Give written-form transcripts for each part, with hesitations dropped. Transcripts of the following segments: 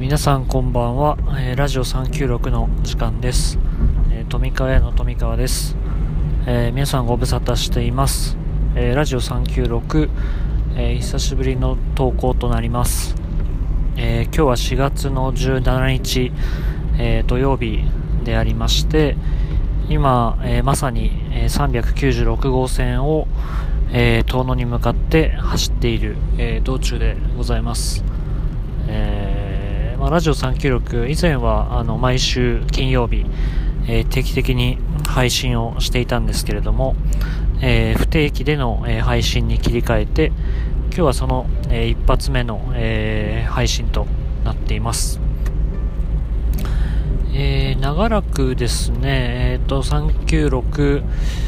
皆さんこんばんは、ラジオ396の時間です。富川屋の富川です。皆さんご無沙汰しています。ラジオ396、久しぶりの投稿となります。今日は4月の17日、土曜日でありまして、今、まさに、396号線を、遠野に向かって走っている、道中でございます。ラジオ396以前は毎週金曜日、定期的に配信をしていたんですけれども、不定期での、配信に切り替えて今日はその、一発目の、配信となっています。長らくですね、396、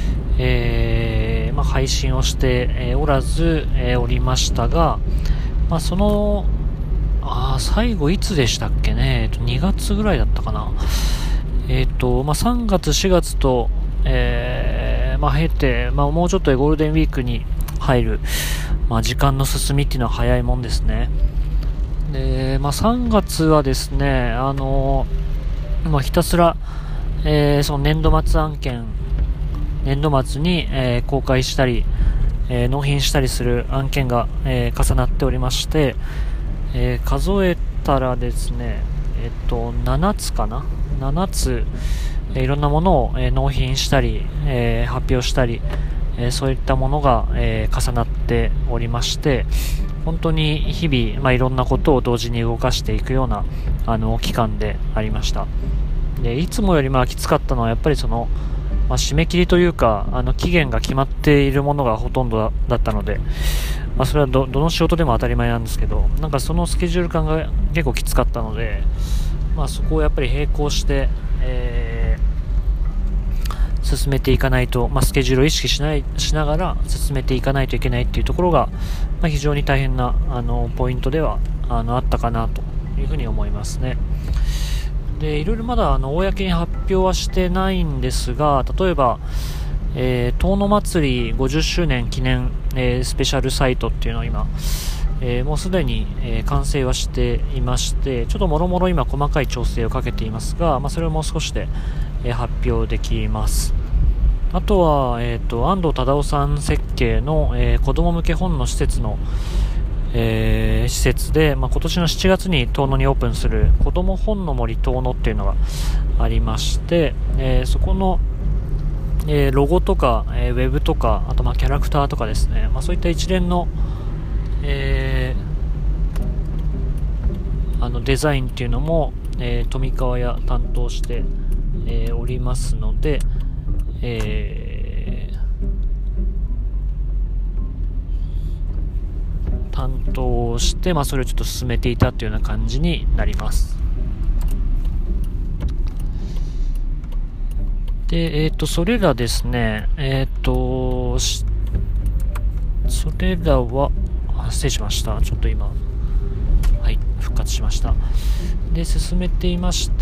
配信をして、おらず、おりましたが、その最後いつでしたっけね、2月ぐらいだったかな。3月4月と、経て、もうちょっとでゴールデンウィークに入る、時間の進みっていうのは早いもんですね。で、3月はですね、ひたすら、その年度末案件、年度末に、公開したり、納品したりする案件が、重なっておりまして、数えたらですね、7つかな、7つ、いろんなものを、納品したり、発表したり、そういったものが、重なっておりまして、本当に日々、いろんなことを同時に動かしていくような期間でありました。で、いつもよりきつかったのはやっぱりその、締め切りというか期限が決まっているものがほとんどだったので、それはどの仕事でも当たり前なんですけど、なんかそのスケジュール感が結構きつかったので、そこをやっぱり並行して、進めていかないと、スケジュールを意識しながら進めていかないといけないっていうところが、非常に大変なポイントではあったかなというふうに思いますね。で、いろいろまだ公に発表はしてないんですが、例えば、遠野祭り50周年記念、スペシャルサイトっていうのを今、もうすでに、完成はしていまして、ちょっともろもろ今細かい調整をかけていますが、それをもう少しで、発表できます。あとは、安藤忠雄さん設計の、子供向け本の施設の、施設で、今年の7月に遠野にオープンする子供本の森遠野っていうのがありまして、そこの、ロゴとか、ウェブとか、あとキャラクターとかですね、そういった一連の、デザインっていうのも、富川屋担当して、おりますので、担当して、それをちょっと進めていたというような感じになります。で、それらですね、それらは、失礼しました。ちょっと今、復活しました。で、進めていまして、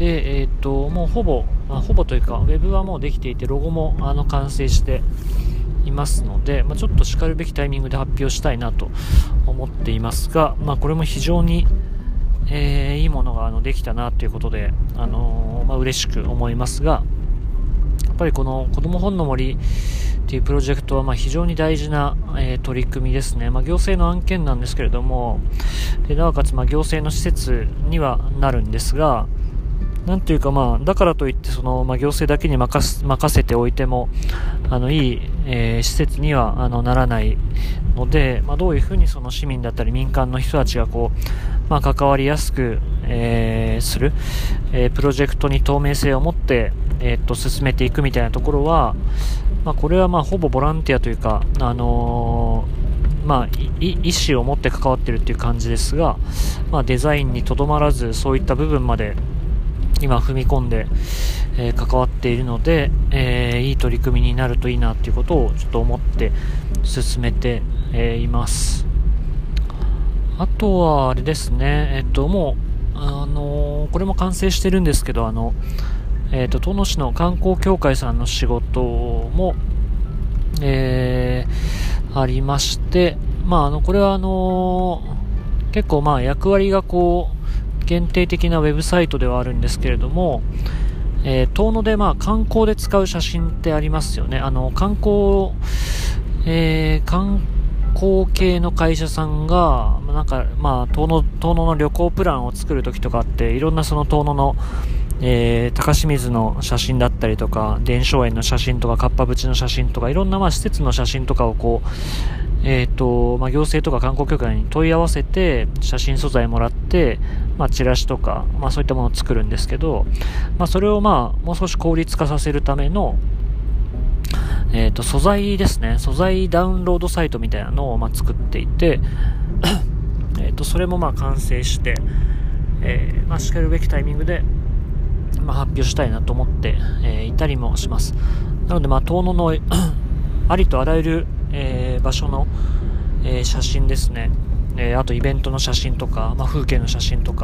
もうほぼというか、ウェブはもうできていて、ロゴも完成していますので、ちょっとしかるべきタイミングで発表したいなと思っていますが、これも非常に、いいものができたなということで、嬉しく思いますが、やっぱりこの子ども本の森っていうプロジェクトは非常に大事な、取り組みですね。行政の案件なんですけれども、でなおかつ行政の施設にはなるんですが、なんというかだからといってその、行政だけに任せておいてもいい、施設にはならないので、どういうふうにその市民だったり民間の人たちが関わりやすく、する、プロジェクトに透明性を持って、進めていくみたいなところは、これはほぼボランティアというか、意思を持って関わっているという感じですが、デザインにとどまらずそういった部分まで今踏み込んで、関わっているので、いい取り組みになるといいなということをちょっと思って進めて、います。あとはあれですね、もうこれも完成してるんですけど、遠野市の観光協会さんの仕事も、ありまして、これは結構役割が限定的なウェブサイトではあるんですけれども、遠野で観光で使う写真ってありますよね。観光系の会社さんが遠野の旅行プランを作るときとかって、いろんなその遠野の高清水の写真だったりとか、伝承園の写真とか、かっぱ淵の写真とか、いろんな施設の写真とかを行政とか観光協会に問い合わせて写真素材もらって、チラシとか、そういったものを作るんですけど、それをもう少し効率化させるための素材ですね。素材ダウンロードサイトみたいなのを作っていてそれも完成して、しかるべきタイミングで発表したいなと思って、いたりもします。なので遠野のありとあらゆる、場所の、写真ですね、あとイベントの写真とか、風景の写真とか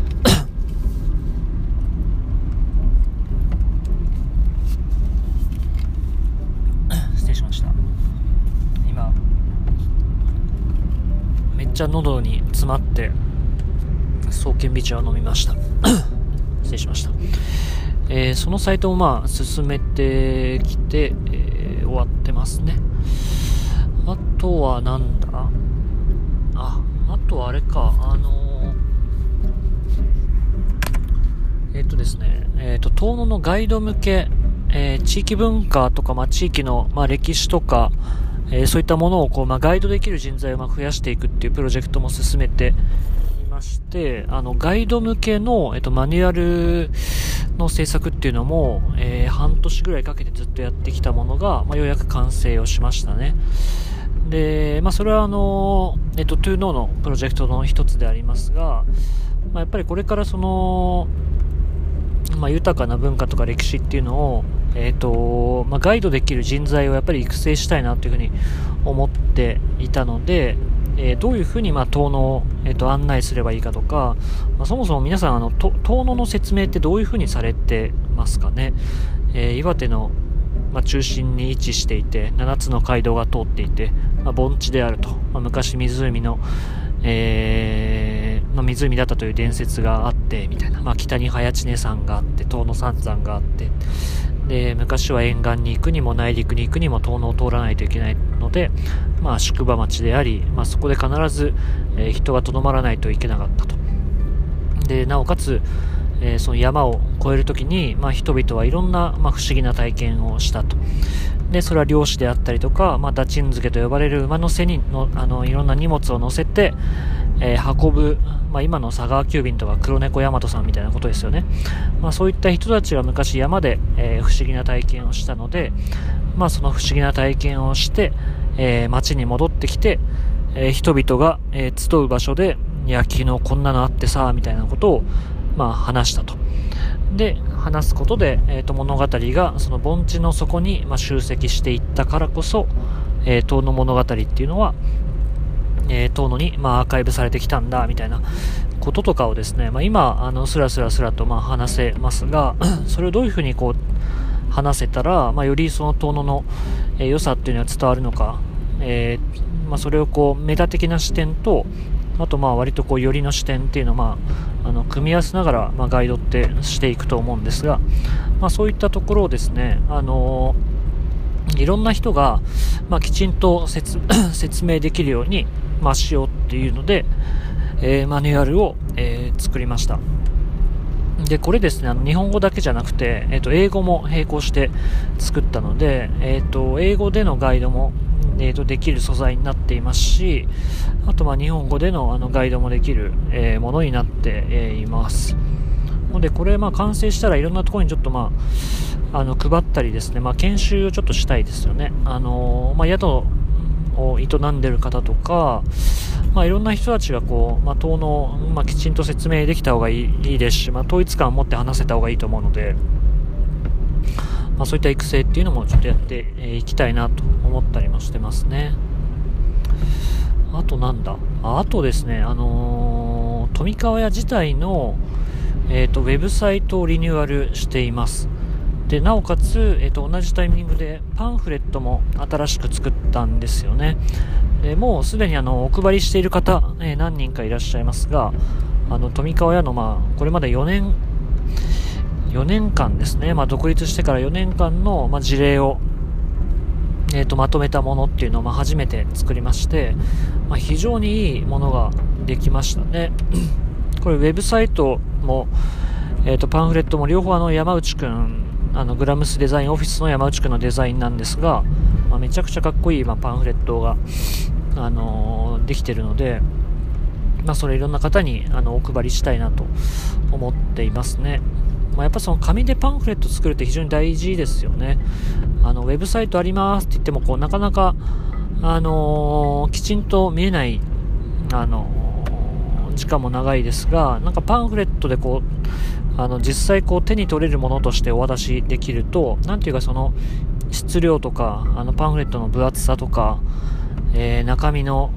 失礼しました。今めっちゃ喉に詰まって爽健美茶を飲みました失礼しました。そのサイトも進めてきて、終わってますね。あとはなんだ、あとはあれか、ですね、遠野のガイド向け、地域文化とか、地域の、歴史とか、そういったものをガイドできる人材を増やしていくっていうプロジェクトも進めていまして、ガイド向けの、マニュアルの制作っていうのも、半年ぐらいかけてずっとやってきたものが、ようやく完成をしましたね。で、それはToKnow のプロジェクトの一つでありますが、やっぱりこれからその、豊かな文化とか歴史っていうのを、ガイドできる人材をやっぱり育成したいなというふうに思っていたので、どういうふうに遠野を、案内すればいいかとか、そもそも皆さん遠野の説明ってどういうふうにされてますかね。岩手の中心に位置していて7つの街道が通っていて、盆地であると、昔湖の、湖だったという伝説があってみたいな、北に早知根山があって遠野三山があって、で昔は沿岸に行くにも内陸に行くにも遠野を通らないといけないので、宿場町であり、そこで必ず、人がとどまらないといけなかったと。でなおかつその山を越えるときに、人々はいろんな、不思議な体験をしたと。でそれは漁師であったりとか、打賃漬けと呼ばれる馬の背にのいろんな荷物を乗せて、運ぶ、今の佐川急便とか黒猫大和さんみたいなことですよね。そういった人たちが昔山で、不思議な体験をしたので、その不思議な体験をして、町に戻ってきて、人々が、集う場所で、いや昨日こんなのあってさみたいなことを話したと。で話すことで、物語がその盆地の底に、集積していったからこそ、遠野物語っていうのは、遠野に、アーカイブされてきたんだみたいなこととかをですね、今スラスラと話せますがそれをどういうふうに話せたら、よりその遠野の、良さっていうのは伝わるのか、それをメタ的な視点と、あと割と寄りの視点っていうのを組み合わせながらガイドってしていくと思うんですが、そういったところをですね、いろんな人がきちんと説明できるようにしようっていうので、マニュアルを、作りました。でこれですね、日本語だけじゃなくて、英語も並行して作ったので、英語でのガイドもできる素材になっていますし、あと日本語でのガイドもできる、ものになって、いますので、これ完成したらいろんなところにちょっと配ったりですね、研修をちょっとしたいですよね。宿を営んでいる方とか、いろんな人たちが遠野を、きちんと説明できた方がいいですし、統一感を持って話せた方がいいと思うので、そういった育成っていうのもちょっとやっていきたいなと思ったりもしてますね。あとあとですね、富川屋自体の、ウェブサイトをリニューアルしています。でなおかつ、同じタイミングでパンフレットも新しく作ったんですよね。でもうすでにお配りしている方、何人かいらっしゃいますが、 富川屋の、これまで4年間ですね、独立してから4年間の、事例を、まとめたものっていうのを、初めて作りまして、非常にいいものができましたね。これウェブサイトも、パンフレットも両方山内くん、グラムスデザインオフィスの山内くんのデザインなんですが、めちゃくちゃかっこいい、パンフレットが、できてるので、それいろんな方にお配りしたいなと思っていますね。やっぱその紙でパンフレット作るって非常に大事ですよね。ウェブサイトありますって言ってもなかなか、きちんと見えない、時間も長いですが、パンフレットで実際手に取れるものとしてお渡しできると、なんていうかその質量とかパンフレットの分厚さとか、中身の、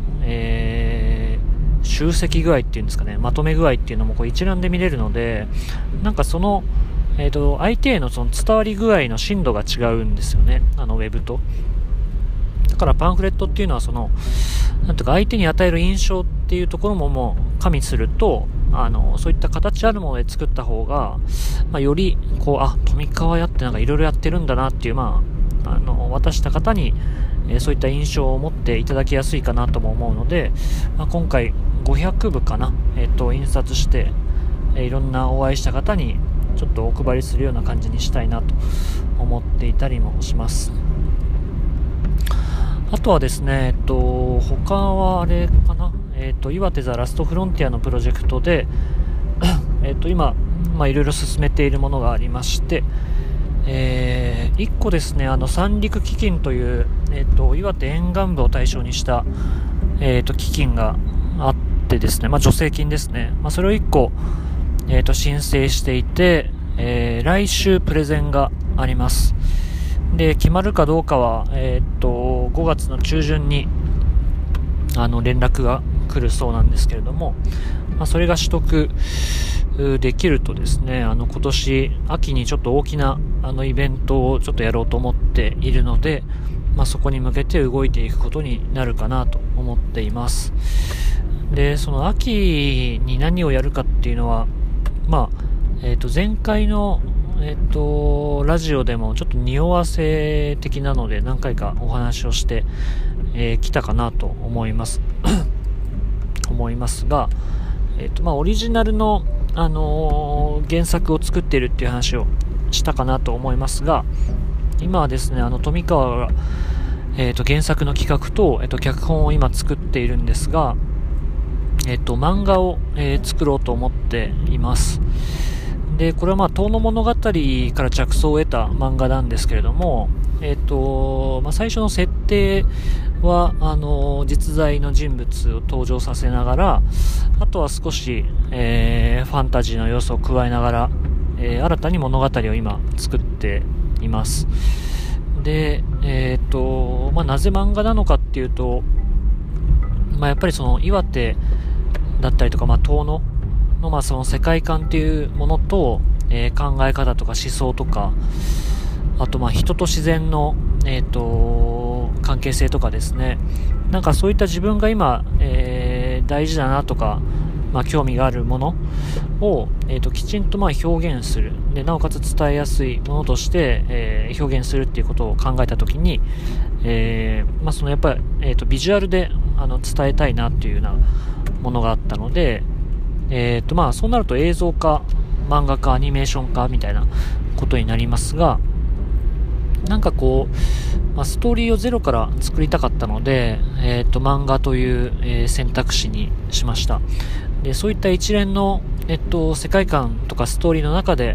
集積具合っていうんですかね、まとめ具合っていうのも一覧で見れるので、その、相手へのその伝わり具合の深度が違うんですよね、ウェブと。だからパンフレットっていうのはなんていうか相手に与える印象っていうところももう加味すると、そういった形あるもので作った方が、より富川屋っていろいろやってるんだなっていう、渡した方に、そういった印象を持っていただきやすいかなとも思うので、今回500部かな、印刷して、いろんなお会いした方にちょっとお配りするような感じにしたいなと思っていたりもします。あとはですね、他はあれかな、岩手ザラストフロンティアのプロジェクトで今、いろいろ進めているものがありまして、1個ですね、三陸基金という、岩手沿岸部を対象にした、基金があってですね、助成金ですね。それを1個、申請していて、来週プレゼンがあります。で、決まるかどうかは、5月の中旬に連絡が来るそうなんですけれども、それが取得できるとですね、今年秋にちょっと大きなイベントをちょっとやろうと思っているので、そこに向けて動いていくことになるかなと思っています。で、その秋に何をやるかっていうのは、前回のラジオでもちょっと匂わせ的なので何回かお話をしてきたかなと思いますが、オリジナルの、原作を作っているっていう話をしたかなと思いますが、今はですね、富川が、原作の企画と、脚本を今作っているんですが、漫画を、作ろうと思っています。で、これは遠野物語から着想を得た漫画なんですけれども、最初の設定は実在の人物を登場させながら、あとは少し、ファンタジーの要素を加えながら、新たに物語を今作っています。で、なぜ漫画なのかっていうと、やっぱりその岩手だったりとか、遠野のその世界観っていうものと、考え方とか思想とか、あと人と自然の、関係性とかですね、そういった自分が今、大事だなとか、興味があるものを、きちんと表現する。で、なおかつ伝えやすいものとして、表現するっていうことを考えたときに、そのやっぱり、ビジュアルで伝えたいなっていうようなものがあったので、そうなると映像化、漫画化、アニメーション化みたいなことになりますが、ストーリーをゼロから作りたかったので、漫画という、選択肢にしました。で、そういった一連の、世界観とかストーリーの中で、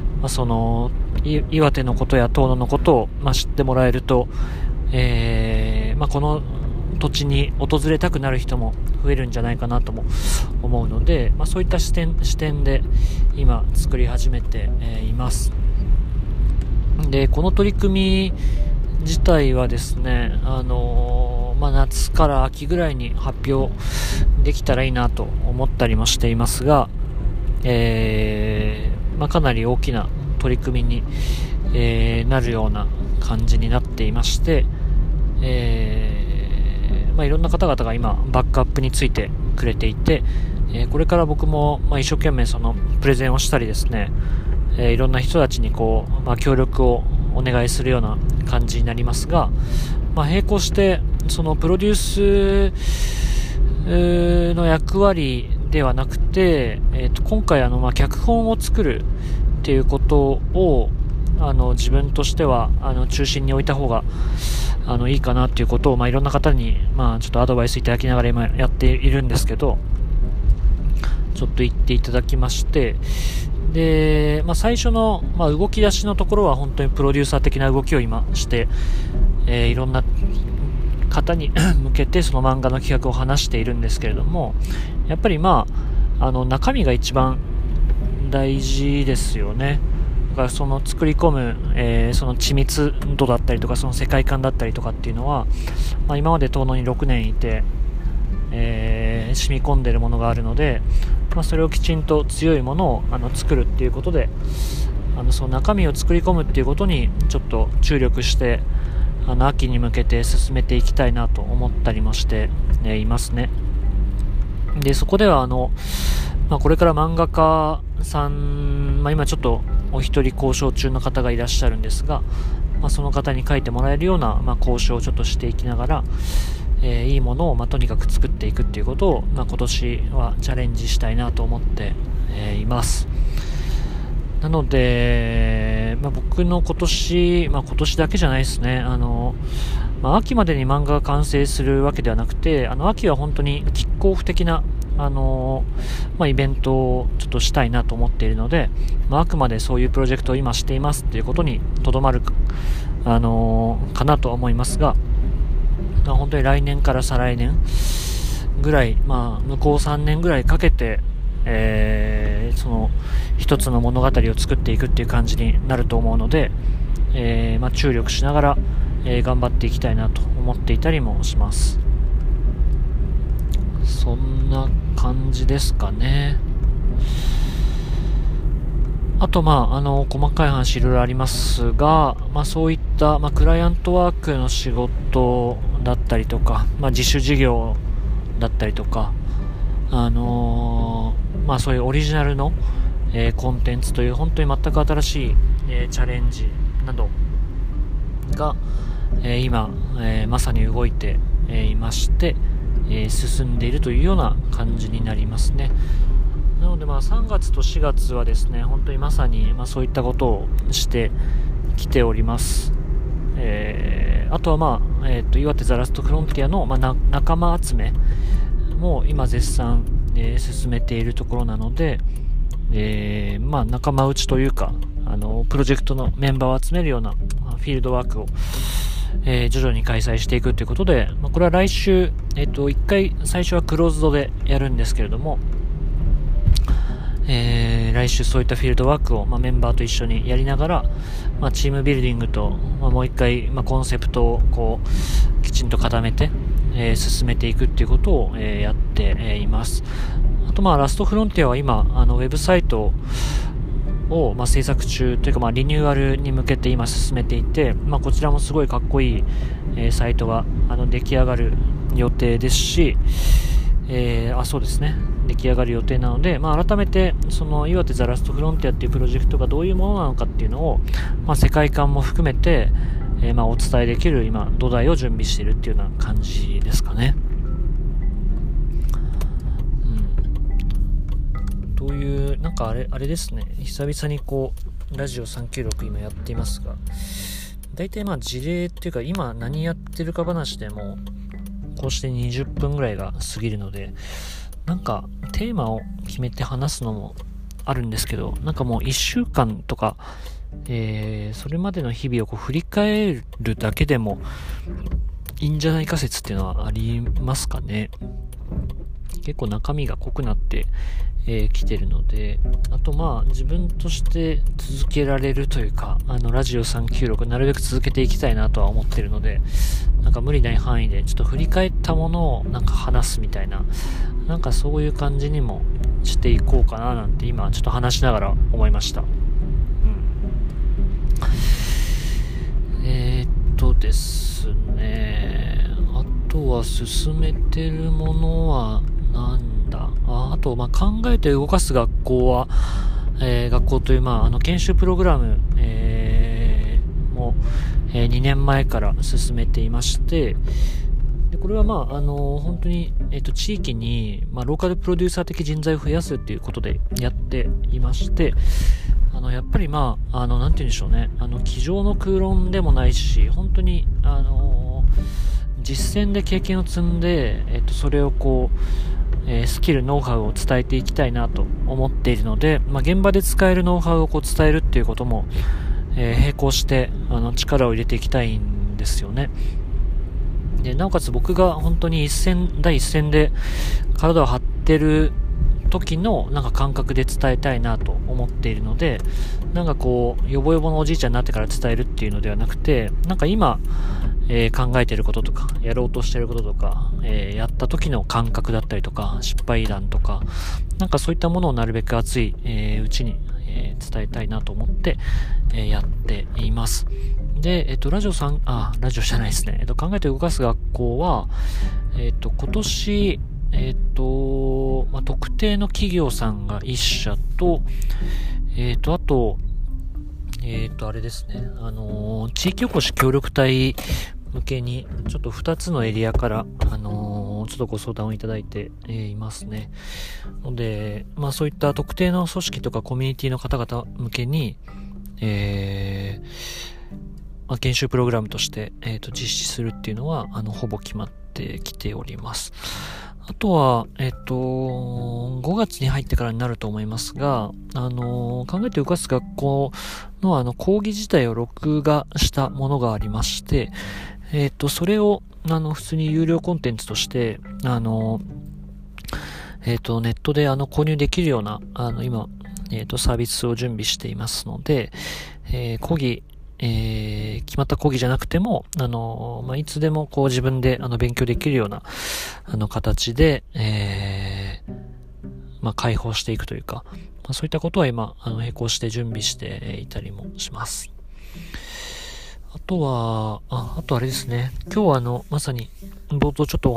岩手のことや遠野のことを、知ってもらえると、この土地に訪れたくなる人も増えるんじゃないかなとも思うので、そういった視点で今作り始めて、います。で、この取り組み自体はですね、夏から秋ぐらいに発表できたらいいなと思ったりもしていますが、かなり大きな取り組みに、なるような感じになっていまして、いろんな方々が今バックアップについてくれていて、 これから僕も、一生懸命そのプレゼンをしたりですね、いろんな人たちに協力をお願いするような感じになりますが、並行してそのプロデュースの役割ではなくて、今回脚本を作るっていうことを自分としては中心に置いた方がいいかなっていうことを、いろんな方にちょっとアドバイスいただきながら今やっているんですけど、ちょっと言っていただきまして、で、最初の、動き出しのところは本当にプロデューサー的な動きを今して、いろんな方に向けてその漫画の企画を話しているんですけれども、やっぱり中身が一番大事ですよね。だからその作り込む、その緻密度だったりとか、その世界観だったりとかっていうのは、今まで遠野に6年いて、染み込んでいるものがあるので、それをきちんと強いものを作るっていうことで、その中身を作り込むっていうことにちょっと注力して秋に向けて進めていきたいなと思ったりもして、いますね。でそこではこれから漫画家さん、今ちょっとお一人交渉中の方がいらっしゃるんですが、その方に書いてもらえるような、交渉をちょっとしていきながら、いいものを、とにかく作っていくっていうことを、今年はチャレンジしたいなと思って、います。なので、僕の今年だけじゃないですね。秋までに漫画が完成するわけではなくて、秋は本当にキックオフ的なイベントをちょっとしたいなと思っているので、あくまでそういうプロジェクトを今していますっていうことにとどまるかなとは思いますが、本当に来年から再来年ぐらい、向こう3年ぐらいかけて、その一つの物語を作っていくっていう感じになると思うので、注力しながら、頑張っていきたいなと思っていたりもします。そんな感じですかね。あと細かい話いろいろありますが、そういった、クライアントワークの仕事だったりとか、自主事業だったりとか、そういうオリジナルの、コンテンツという本当に全く新しい、チャレンジなどが、今、まさに動いて、いまして、進んでいるというような感じになりますね。なので3月と4月はですね、本当にまさにそういったことをしてきております。あとは岩手ザラストフロンティアの、仲間集めも今絶賛、進めているところなので、仲間内というかプロジェクトのメンバーを集めるようなフィールドワークを、徐々に開催していくということで、これは来週、1回最初はクローズドでやるんですけれども、来週そういったフィールドワークを、メンバーと一緒にやりながら、チームビルディングと、もう一回、コンセプトをきちんと固めて、進めていくっていうことを、やって、います。あとラストフロンティアは今ウェブサイトを、制作中というか、リニューアルに向けて今進めていて、こちらもすごいかっこいい、サイトが出来上がる予定ですし、そうですね、出来上がる予定なので、改めてその岩手ザラストフロンティアっていうプロジェクトがどういうものなのかっていうのを、世界観も含めて、お伝えできる今土台を準備しているっていうような感じですかね。というあれですね、久々にラジオ396今やっていますが、大体事例っていうか今何やってるか話でもこうして20分ぐらいが過ぎるので、テーマを決めて話すのもあるんですけど、もう1週間とか、それまでの日々を振り返るだけでもいいんじゃないか説っていうのはありますかね。結構中身が濃くなって来てるので、あと自分として続けられるというか、ラジオ396なるべく続けていきたいなとは思ってるので、無理ない範囲でちょっと振り返ったものを話すみたいな、そういう感じにもしていこうかななんて今ちょっと話しながら思いました。ですね、あとは進めてるものは何だ。あと、考えて動かす学校は、学校という、研修プログラム、も、2年前から進めていまして、でこれは本当に、地域に、ローカルプロデューサー的人材を増やすっていうことでやっていまして、やっぱりなんて言うんでしょうね、机上の空論でもないし、本当に、実践で経験を積んで、それをスキル、ノウハウを伝えていきたいなと思っているので、現場で使えるノウハウを伝えるっていうことも、並行して、力を入れていきたいんですよね。で、なおかつ僕が本当に第一線で体を張ってる時の感覚で伝えたいなと思っているので、ヨボヨボのおじいちゃんになってから伝えるっていうのではなくて、今、考えていることとか、やろうとしていることとか、やった時の感覚だったりとか、失敗談とか、そういったものをなるべく熱いうちに、伝えたいなと思って、やっています。で、ラジオじゃないですね。考えて動かす学校は、今年、特定の企業さんが1社と、あと、あれですね、地域おこし協力隊向けに、ちょっと2つのエリアから、ちょっとご相談をいただいて、いますね。ので、そういった特定の組織とかコミュニティの方々向けに、研修プログラムとして、実施するっていうのは、ほぼ決まってきております。あとは、5月に入ってからになると思いますが、考えて動かす学校の講義自体を録画したものがありまして、それを、普通に有料コンテンツとして、ネットで購入できるような、今、サービスを準備していますので、講義、決まった講義じゃなくても、いつでも自分で勉強できるような形で、開放していくというか、そういったことは今並行して準備していたりもします。あとあれですね。今日はまさに冒頭ちょっと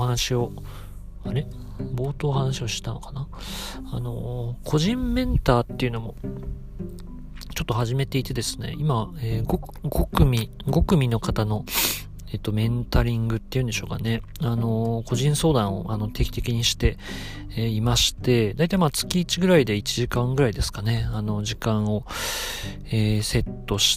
冒頭話をしたのかな。個人メンターっていうのもちょっと始めていてですね、今、5組の方の、メンタリングっていうんでしょうかね。個人相談を定期的にして、いまして、だいたい月1ぐらいで1時間ぐらいですかね。時間を、セットして、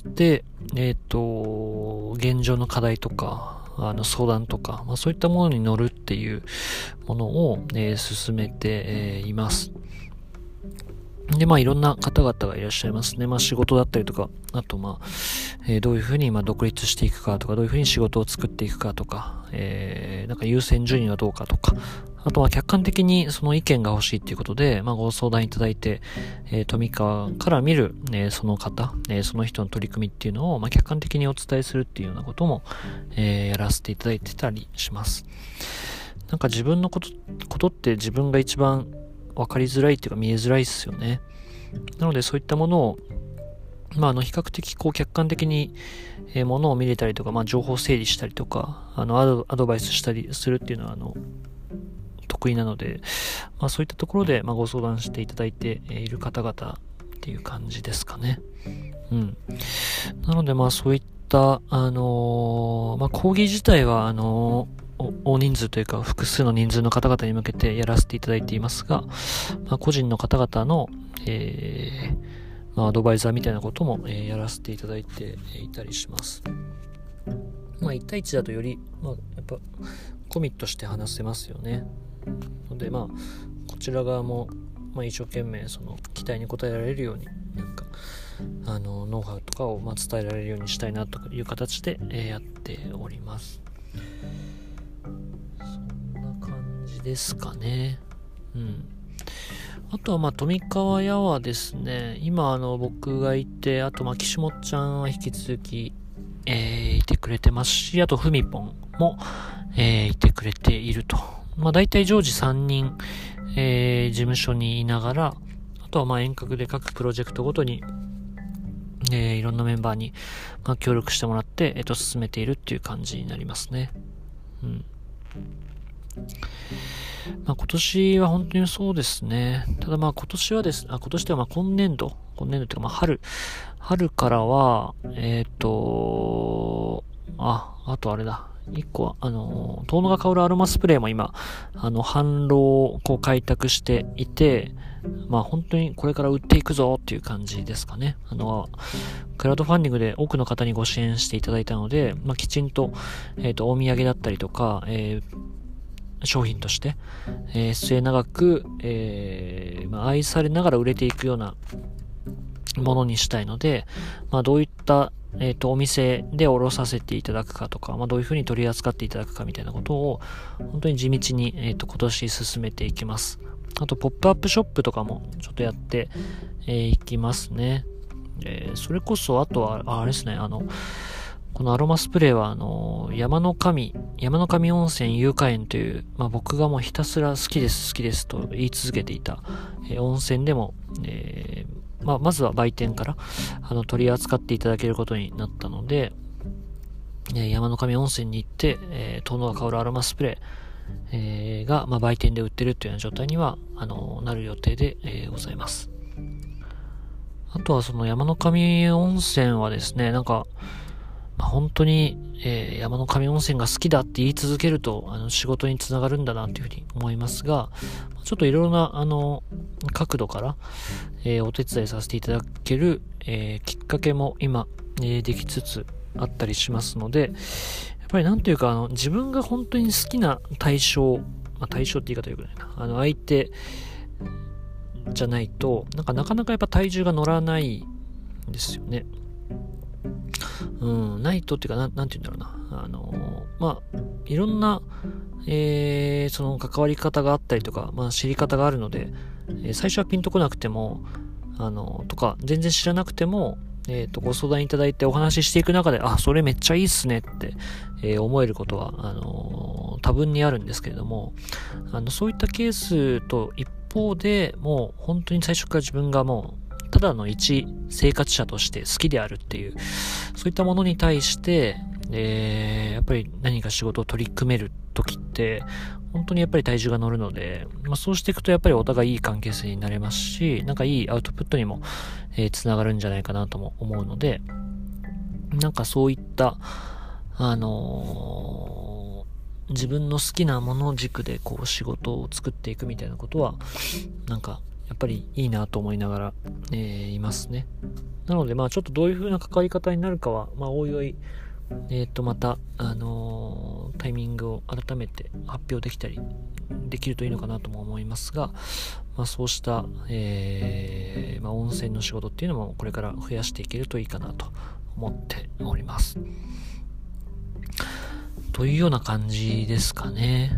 現状の課題とか、相談とか、そういったものに乗るっていうものを、進めて、います。で、いろんな方々がいらっしゃいますね。仕事だったりとか、あとどういうふうに独立していくかとか、どういうふうに仕事を作っていくかとか、優先順位はどうかとか、あと客観的にその意見が欲しいっていうことで、ご相談いただいて、富川から見る、その方、その人の取り組みっていうのを、客観的にお伝えするっていうようなことも、やらせていただいてたりします。自分のことって自分が一番分かりづらいっていうか見えづらいですよね。なのでそういったものを、比較的客観的に、ものを見れたりとか、情報整理したりとか、アドバイスしたりするっていうのは、得意なので、そういったところで、ご相談していただいている方々っていう感じですかね。なので、そういった、講義自体は、大人数というか複数の人数の方々に向けてやらせていただいていますが、個人の方々の、アドバイザーみたいなことも、やらせていただいていたりします。1対1だとより、やっぱコミットして話せますよね。のでこちら側も、一生懸命その期待に応えられるようにノウハウとかを伝えられるようにしたいなという形で、やっております。そんな感じですかね。あとは富川屋はですね、今僕がいて、あと岸本ちゃんは引き続き、いてくれてますし、あとふみぽんも、いてくれていると。だいたい常時3人、事務所にいながら、あとは遠隔で各プロジェクトごとに、いろんなメンバーに、協力してもらって、進めているっていう感じになりますね。 今年は本当にそうですね。ただ今年は今年では今年度っていうか春からは、あとあれだ。一個は、遠野が香るアロマスプレーも今、販路を開拓していて、本当にこれから売っていくぞっていう感じですかね。クラウドファンディングで多くの方にご支援していただいたので、きちんと、お土産だったりとか、商品として、末永く、愛されながら売れていくようなものにしたいので、どういった、お店で卸させていただくかとか、どういうふうに取り扱っていただくかみたいなことを、本当に地道に、今年進めていきます。あと、ポップアップショップとかもちょっとやっていきますね。それこそ、あとは、あれですね、このアロマスプレーは、山の神温泉有花園という、僕がもうひたすら好きですと言い続けていた、温泉でも、まずは売店から取り扱っていただけることになったので、山の神温泉に行って、遠野が香るアロマスプレー、が、売店で売ってるというような状態にはなる予定で、ございます。あとはその山の神温泉はですね、本当に、山の神温泉が好きだって言い続けると仕事につながるんだなというふうに思いますが、ちょっといろいろな角度から、お手伝いさせていただける、きっかけも今、できつつあったりしますので、やっぱりなんというか自分が本当に好きな対象、対象って言い方よくないな、相手じゃないとなかなかやっぱ体重が乗らないんですよね。ないとっていうかなんて言うんだろうな、いろんな、その関わり方があったりとか、知り方があるので、最初はピンとこなくてもとか全然知らなくても、ご相談いただいてお話ししていく中で、それめっちゃいいっすねって、思えることは多分にあるんですけれども、そういったケースと一方でもう本当に最初から自分がもうただの一生活者として好きであるっていう、そういったものに対して、やっぱり何か仕事を取り組める時って本当にやっぱり体重が乗るので、そうしていくとやっぱりお互いいい関係性になれますし、いいアウトプットにも、つながるんじゃないかなとも思うので、そういった自分の好きなもの軸で仕事を作っていくみたいなことはやっぱりいいなと思いながら、いますね。なのでちょっとどういう風な関わり方になるかはおいおいまたタイミングを改めて発表できるといいのかなとも思いますが、そうした、温泉の仕事っていうのもこれから増やしていけるといいかなと思っております。というような感じですかね。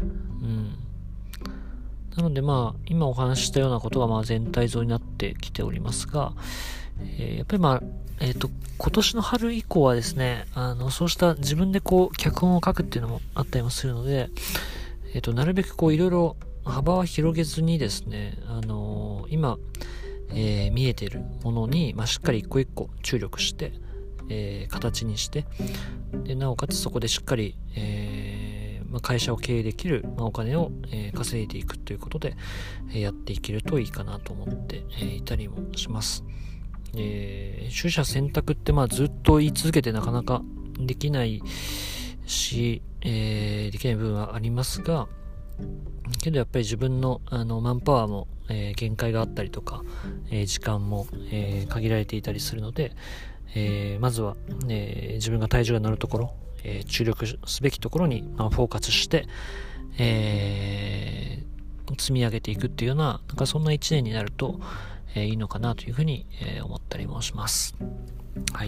なので今お話ししたようなことが全体像になってきておりますが、やっぱり今年の春以降はですね、そうした自分で脚本を書くっていうのもあったりもするので、なるべくいろいろ幅は広げずにですね、今、見えているものに、しっかり一個一個注力して、形にして、でなおかつそこでしっかり、会社を経営できる、お金を、稼いでいくということで、やっていけるといいかなと思って、いたりもします。取捨選択ってずっと言い続けてなかなかできないし、できない部分はありますが、けどやっぱり自分のマンパワーも、限界があったりとか、時間も、限られていたりするので、まずは、自分が体重が乗るところ、注力すべきところに、フォーカスして、積み上げていくっていうような、そんな一年になると、いいのかなというふうに、思ったりもします。はい。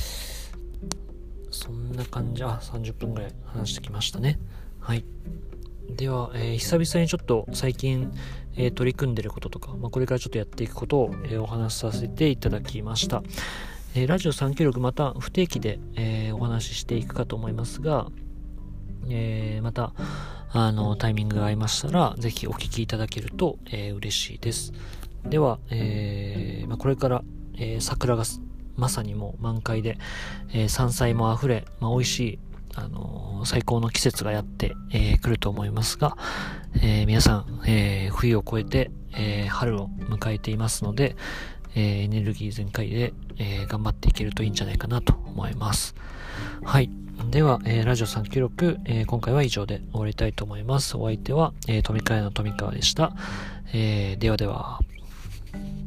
そんな感じ、30分ぐらい話してきましたね。はい。では、久々にちょっと最近、取り組んでいることとか、これからちょっとやっていくことを、お話しさせていただきました。ラジオ396また不定期で、お話ししていくかと思いますが、またタイミングが合いましたらぜひお聞きいただけると、嬉しいです。では、これから、桜がまさにもう満開で、山菜もあふれ、美味しい、 最高の季節がやってくると思いますが、皆さん、冬を越えて、春を迎えていますので、エネルギー全開で、頑張っていけるといいんじゃないかなと思います。はい。では、ラジオ396、今回は以上で終わりたいと思います。お相手は、富川の富川でした。ではでは。